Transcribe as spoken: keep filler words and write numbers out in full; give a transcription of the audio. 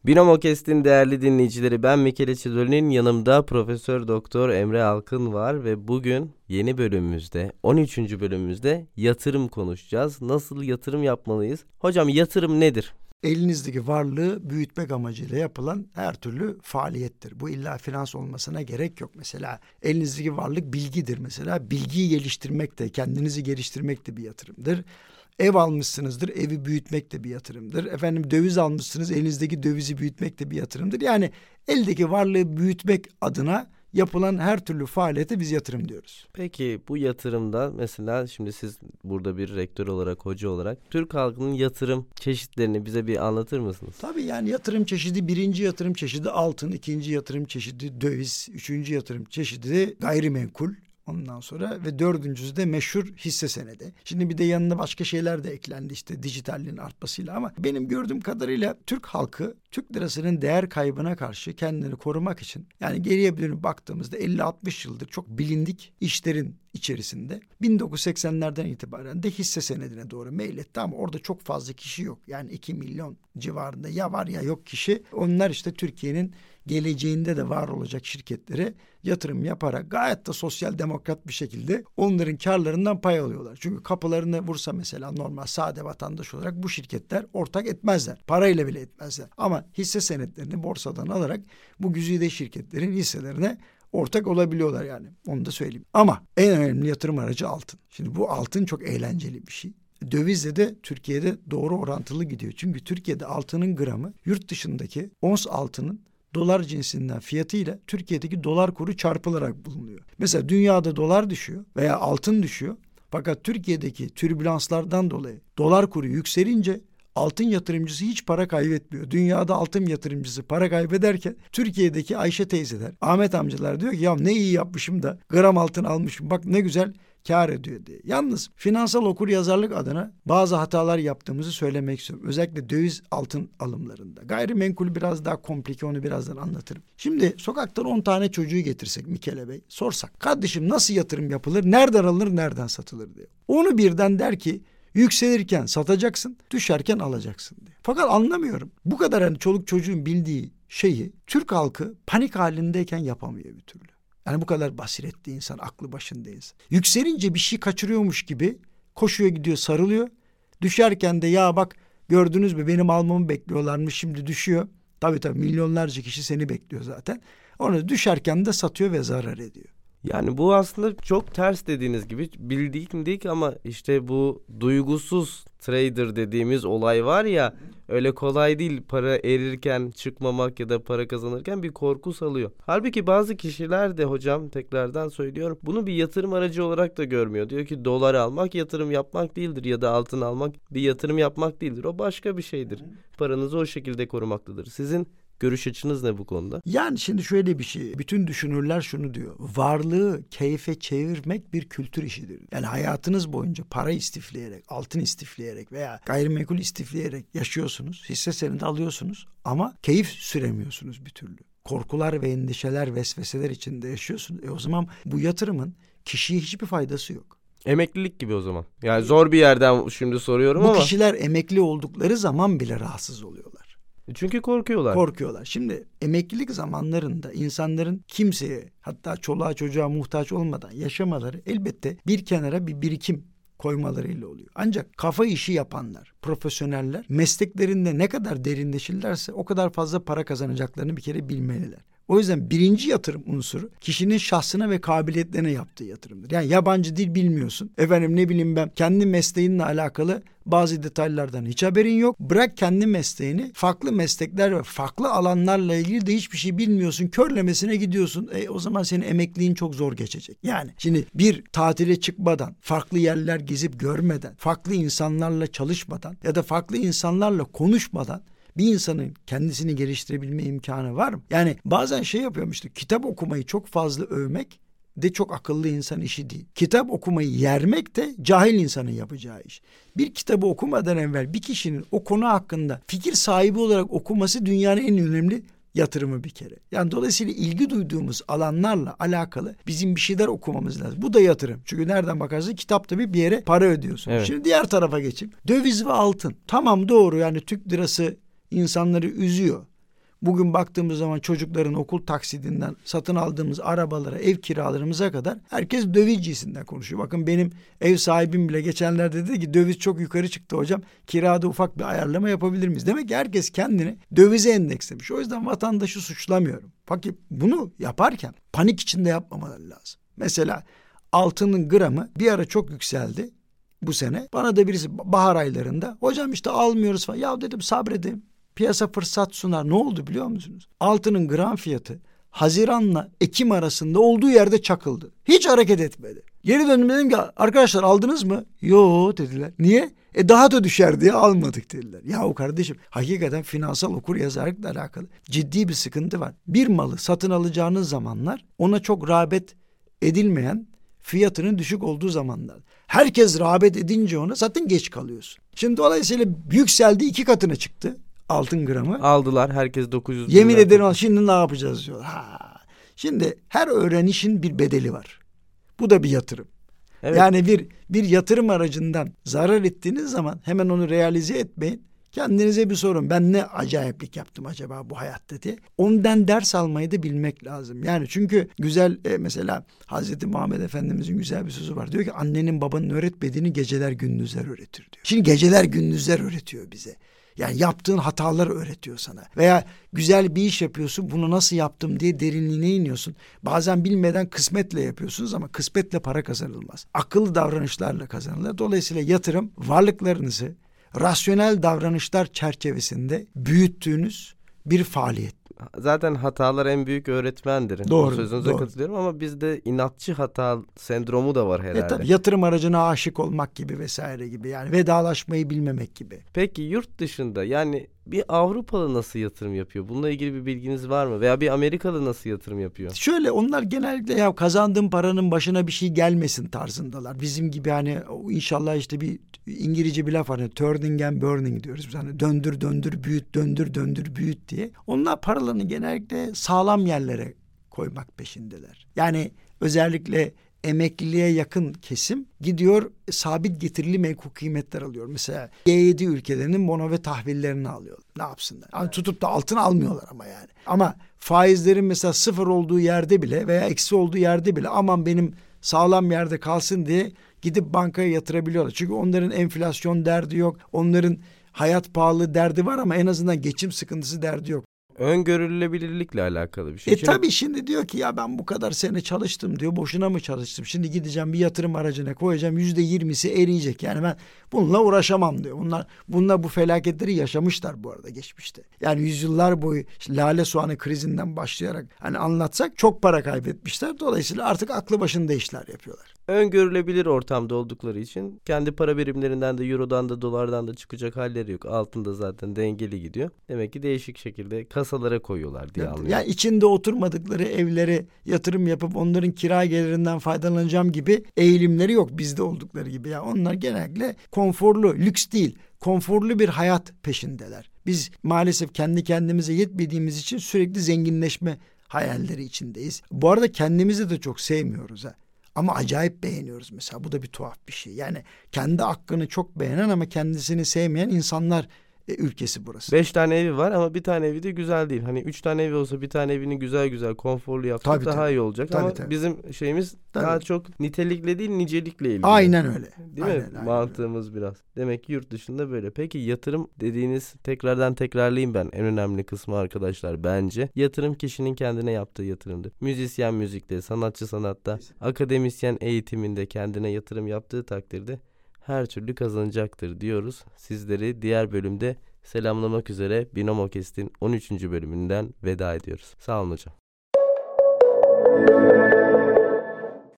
Binomo Kest'in değerli dinleyicileri, ben Mikele Çidoli'nin yanımda Profesör Doktor Emre Alkın var ve bugün yeni bölümümüzde, on üçüncü bölümümüzde yatırım konuşacağız. Nasıl yatırım yapmalıyız? Hocam, yatırım nedir? Elinizdeki varlığı büyütmek amacıyla yapılan her türlü faaliyettir. Bu illa finans olmasına gerek yok. Mesela elinizdeki varlık bilgidir mesela. Bilgiyi geliştirmek de, kendinizi geliştirmek de bir yatırımdır. Ev almışsınızdır, evi büyütmek de bir yatırımdır. Efendim döviz almışsınız, elinizdeki dövizi büyütmek de bir yatırımdır. Yani eldeki varlığı büyütmek adına yapılan her türlü faaliyete biz yatırım diyoruz. Peki bu yatırımda mesela şimdi siz burada bir rektör olarak, hoca olarak Türk halkının yatırım çeşitlerini bize bir anlatır mısınız? Tabii, yani yatırım çeşidi, birinci yatırım çeşidi altın, ikinci yatırım çeşidi döviz, üçüncü yatırım çeşidi gayrimenkul. Ondan sonra ve dördüncüsü de meşhur hisse senedi. Şimdi bir de yanına başka şeyler de eklendi işte dijitalliğin artmasıyla, ama benim gördüğüm kadarıyla Türk halkı Türk lirasının değer kaybına karşı kendini korumak için, yani geriye dönüp baktığımızda elli altmış yıldır çok bilindik işlerin içerisinde bin dokuz yüz seksenlerden itibaren de hisse senedine doğru meyletti, ama orada çok fazla kişi yok. Yani iki milyon civarında ya var ya yok kişi. Onlar işte Türkiye'nin geleceğinde de var olacak şirketlere yatırım yaparak gayet de sosyal demokrat bir şekilde onların karlarından pay alıyorlar. Çünkü kapılarını vursa mesela normal sade vatandaş olarak bu şirketler ortak etmezler. Parayla bile etmezler. Ama hisse senetlerini borsadan alarak bu güzide şirketlerin hisselerine ortak olabiliyorlar yani. Onu da söyleyeyim. Ama en önemli yatırım aracı altın. Şimdi bu altın çok eğlenceli bir şey. Dövizle de Türkiye'de doğru orantılı gidiyor. Çünkü Türkiye'de altının gramı yurt dışındaki ons altının dolar cinsinden fiyatıyla Türkiye'deki dolar kuru çarpılarak bulunuyor. Mesela dünyada dolar düşüyor veya altın düşüyor. Fakat Türkiye'deki türbülanslardan dolayı dolar kuru yükselince altın yatırımcısı hiç para kaybetmiyor. Dünyada altın yatırımcısı para kaybederken Türkiye'deki Ayşe teyzeler, Ahmet amcalar diyor ki ya ne iyi yapmışım da gram altın almışım. Bak ne güzel kâr ediyor diye. Yalnız finansal okuryazarlık adına bazı hatalar yaptığımızı söylemek istiyorum. Özellikle döviz altın alımlarında. Gayrimenkul biraz daha komplike, onu birazdan anlatırım. Şimdi sokaktan on tane çocuğu getirsek Mikele Bey, sorsak kardeşim nasıl yatırım yapılır, nereden alınır, nereden satılır diye. Onu birden der ki yükselirken satacaksın, düşerken alacaksın diye. Fakat anlamıyorum. Bu kadar hani çoluk çocuğun bildiği şeyi Türk halkı panik halindeyken yapamıyor bir türlü. Yani bu kadar basiretli insan, aklı başında insan. Yükselince bir şey kaçırıyormuş gibi koşuyor gidiyor, sarılıyor. Düşerken de ya bak gördünüz mü benim almamı bekliyorlarmış, şimdi düşüyor. Tabii tabii milyonlarca kişi seni bekliyor zaten. Onu düşerken de satıyor ve zarar ediyor. Yani bu aslında çok ters dediğiniz gibi bildiğim değil ama işte bu duygusuz trader dediğimiz olay var ya, öyle kolay değil, para erirken çıkmamak ya da para kazanırken bir korku salıyor. Halbuki bazı kişiler de hocam, tekrardan söylüyorum, bunu bir yatırım aracı olarak da görmüyor. Diyor ki dolar almak yatırım yapmak değildir ya da altın almak bir yatırım yapmak değildir. O başka bir şeydir. Paranızı o şekilde korumaktadır. Sizin görüş açınız ne bu konuda? Yani şimdi şöyle bir şey. Bütün düşünürler şunu diyor. Varlığı keyfe çevirmek bir kültür işidir. Yani hayatınız boyunca para istifleyerek, altın istifleyerek veya gayrimenkul istifleyerek yaşıyorsunuz. Hisse senedi alıyorsunuz ama keyif süremiyorsunuz bir türlü. Korkular ve endişeler, vesveseler içinde yaşıyorsunuz. E o zaman bu yatırımın kişiye hiçbir faydası yok. Emeklilik gibi o zaman. Yani zor bir yerden şimdi soruyorum bu ama. Bu kişiler emekli oldukları zaman bile rahatsız oluyorlar. Çünkü korkuyorlar. Korkuyorlar. Şimdi emeklilik zamanlarında insanların kimseye, hatta çoluğa çocuğa muhtaç olmadan yaşamaları elbette bir kenara bir birikim koymalarıyla oluyor. Ancak kafa işi yapanlar, profesyoneller mesleklerinde ne kadar derinleşirlerse o kadar fazla para kazanacaklarını bir kere bilmeliler. O yüzden birinci yatırım unsuru kişinin şahsına ve kabiliyetlerine yaptığı yatırımdır. Yani yabancı dil bilmiyorsun. Efendim ne bileyim ben kendi mesleğinle alakalı bazı detaylardan hiç haberin yok. Bırak kendi mesleğini, farklı meslekler ve farklı alanlarla ilgili de hiçbir şey bilmiyorsun. Körlemesine gidiyorsun. E, o zaman senin emekliğin çok zor geçecek. Yani şimdi bir tatile çıkmadan, farklı yerler gezip görmeden, farklı insanlarla çalışmadan ya da farklı insanlarla konuşmadan bir insanın kendisini geliştirebilme imkanı var mı? Yani bazen şey yapıyorum işte, kitap okumayı çok fazla övmek de çok akıllı insan işi değil. Kitap okumayı yermek de cahil insanın yapacağı iş. Bir kitabı okumadan evvel bir kişinin o konu hakkında fikir sahibi olarak okuması dünyanın en önemli yatırımı bir kere. Yani dolayısıyla ilgi duyduğumuz alanlarla alakalı bizim bir şeyler okumamız lazım. Bu da yatırım. Çünkü nereden bakarsın kitap tabii bir yere para ödüyorsun. Evet. Şimdi diğer tarafa geçeyim. Döviz ve altın. Tamam, doğru, yani Türk lirası insanları üzüyor. Bugün baktığımız zaman çocukların okul taksidinden satın aldığımız arabalara, ev kiralarımıza kadar herkes döviz cinsinden konuşuyor. Bakın benim ev sahibim bile geçenlerde dedi ki döviz çok yukarı çıktı hocam. Kirada ufak bir ayarlama yapabilir miyiz? Demek ki herkes kendini dövize endekslemiş. O yüzden vatandaşı suçlamıyorum. Fakat bunu yaparken panik içinde yapmamaları lazım. Mesela altının gramı bir ara çok yükseldi bu sene. Bana da birisi bahar aylarında hocam işte almıyoruz falan. Ya dedim sabredin. Piyasa fırsat sunar. Ne oldu biliyor musunuz? Altının gram fiyatı Haziran'la Ekim arasında olduğu yerde çakıldı. Hiç hareket etmedi. Geri döndüm dedim ki arkadaşlar aldınız mı? Yo dediler. Niye? E daha da düşer diye almadık dediler. Yahu kardeşim hakikaten finansal okuryazarlıkla alakalı ciddi bir sıkıntı var. Bir malı satın alacağınız zamanlar ona çok rağbet edilmeyen fiyatının düşük olduğu zamanlar. Herkes rağbet edince ona zaten geç kalıyorsun. Şimdi dolayısıyla yükseldi iki katına çıktı altın gramı. Aldılar herkes dokuz yüz. Yemin ederim tuttu. Şimdi ne yapacağız diyor. Ha. Şimdi her öğrenişin bir bedeli var. Bu da bir yatırım. Evet. Yani bir bir yatırım aracından zarar ettiğiniz zaman hemen onu realize etmeyin. Kendinize bir sorun. Ben ne acayiplik yaptım acaba bu hayatta diye. Ondan ders almayı da bilmek lazım. Yani çünkü güzel e, mesela Hazreti Muhammed Efendimizin güzel bir sözü var. Diyor ki annenin babanın öğretmediğini geceler gündüzler öğretir diyor. Şimdi geceler gündüzler öğretiyor bize. Yani yaptığın hataları öğretiyor sana. Veya güzel bir iş yapıyorsun, bunu nasıl yaptım diye derinliğine iniyorsun. Bazen bilmeden kısmetle yapıyorsunuz ama kısmetle para kazanılmaz. Akıllı davranışlarla kazanılır. Dolayısıyla yatırım varlıklarınızı rasyonel davranışlar çerçevesinde büyüttüğünüz bir faaliyet. Zaten hatalar en büyük öğretmendir. Doğru. Bu sözünüze doğru. katılıyorum ama bizde inatçı hata sendromu da var herhalde. E tabii, yatırım aracına aşık olmak gibi vesaire gibi, yani vedalaşmayı bilmemek gibi. Peki yurt dışında yani bir Avrupalı nasıl yatırım yapıyor? Bununla ilgili bir bilginiz var mı? Veya bir Amerikalı nasıl yatırım yapıyor? Şöyle, onlar genellikle ya kazandığım paranın başına bir şey gelmesin tarzındalar. Bizim gibi hani inşallah işte bir İngilizce bir laf var. Hani turning and burning diyoruz. Biz hani döndür döndür büyüt, döndür döndür büyüt diye. Onlar paralarını genellikle sağlam yerlere koymak peşindeler. Yani özellikle emekliliğe yakın kesim gidiyor sabit getirili menkul kıymetler alıyor. Mesela G yedi ülkelerinin bono ve tahvillerini alıyor. Ne yapsınlar? Yani tutup da altın almıyorlar ama yani. Ama faizlerin mesela sıfır olduğu yerde bile veya eksi olduğu yerde bile aman benim sağlam yerde kalsın diye gidip bankaya yatırabiliyorlar. Çünkü onların enflasyon derdi yok. Onların hayat pahalı derdi var ama en azından geçim sıkıntısı derdi yok. Öngörülebilirlikle alakalı bir şey. E şimdi... tabii şimdi diyor ki ya ben bu kadar sene çalıştım diyor. Boşuna mı çalıştım? Şimdi gideceğim bir yatırım aracına koyacağım. Yüzde yirmisi eriyecek. Yani ben bununla uğraşamam diyor. Bunlar, bunlar bu felaketleri yaşamışlar bu arada geçmişte. Yani yüzyıllar boyu işte lale soğanı krizinden başlayarak hani anlatsak çok para kaybetmişler. Dolayısıyla artık aklı başında işler yapıyorlar. Öngörülebilir ortamda oldukları için kendi para birimlerinden de eurodan da dolardan da çıkacak halleri yok. Altında zaten dengeli gidiyor. Demek ki değişik şekilde kasalara koyuyorlar diye anlıyorum. Yani içinde oturmadıkları evlere yatırım yapıp onların kira gelirinden faydalanacağım gibi eğilimleri yok bizde oldukları gibi. Yani onlar genellikle konforlu, lüks değil, konforlu bir hayat peşindeler. Biz maalesef kendi kendimize yetmediğimiz için sürekli zenginleşme hayalleri içindeyiz. Bu arada kendimizi de çok sevmiyoruz ha. Ama acayip beğeniyoruz mesela. Bu da bir tuhaf bir şey. Yani kendi hakkını çok beğenen ama kendisini sevmeyen insanlar e, ülkesi burası. Beş tane evi var ama bir tane evi de güzel değil. Hani üç tane evi olsa bir tane evini güzel güzel konforlu yapsak tabii, daha tabii. iyi olacak. Tabii, ama tabii. bizim şeyimiz tabii. daha çok nitelikle değil nicelikle ilgili. Aynen öyle. Değil aynen, mi? Aynen Mantığımız öyle. Biraz. Demek ki yurt dışında böyle. Peki yatırım dediğiniz, tekrardan tekrarlayayım ben. En önemli kısmı arkadaşlar bence. Yatırım kişinin kendine yaptığı yatırımdır. Müzisyen müzikte, sanatçı sanatta, akademisyen eğitiminde kendine yatırım yaptığı takdirde her türlü kazanacaktır diyoruz. Sizleri diğer bölümde selamlamak üzere Binomokest'in on üçüncü bölümünden veda ediyoruz. Sağ olun hocam.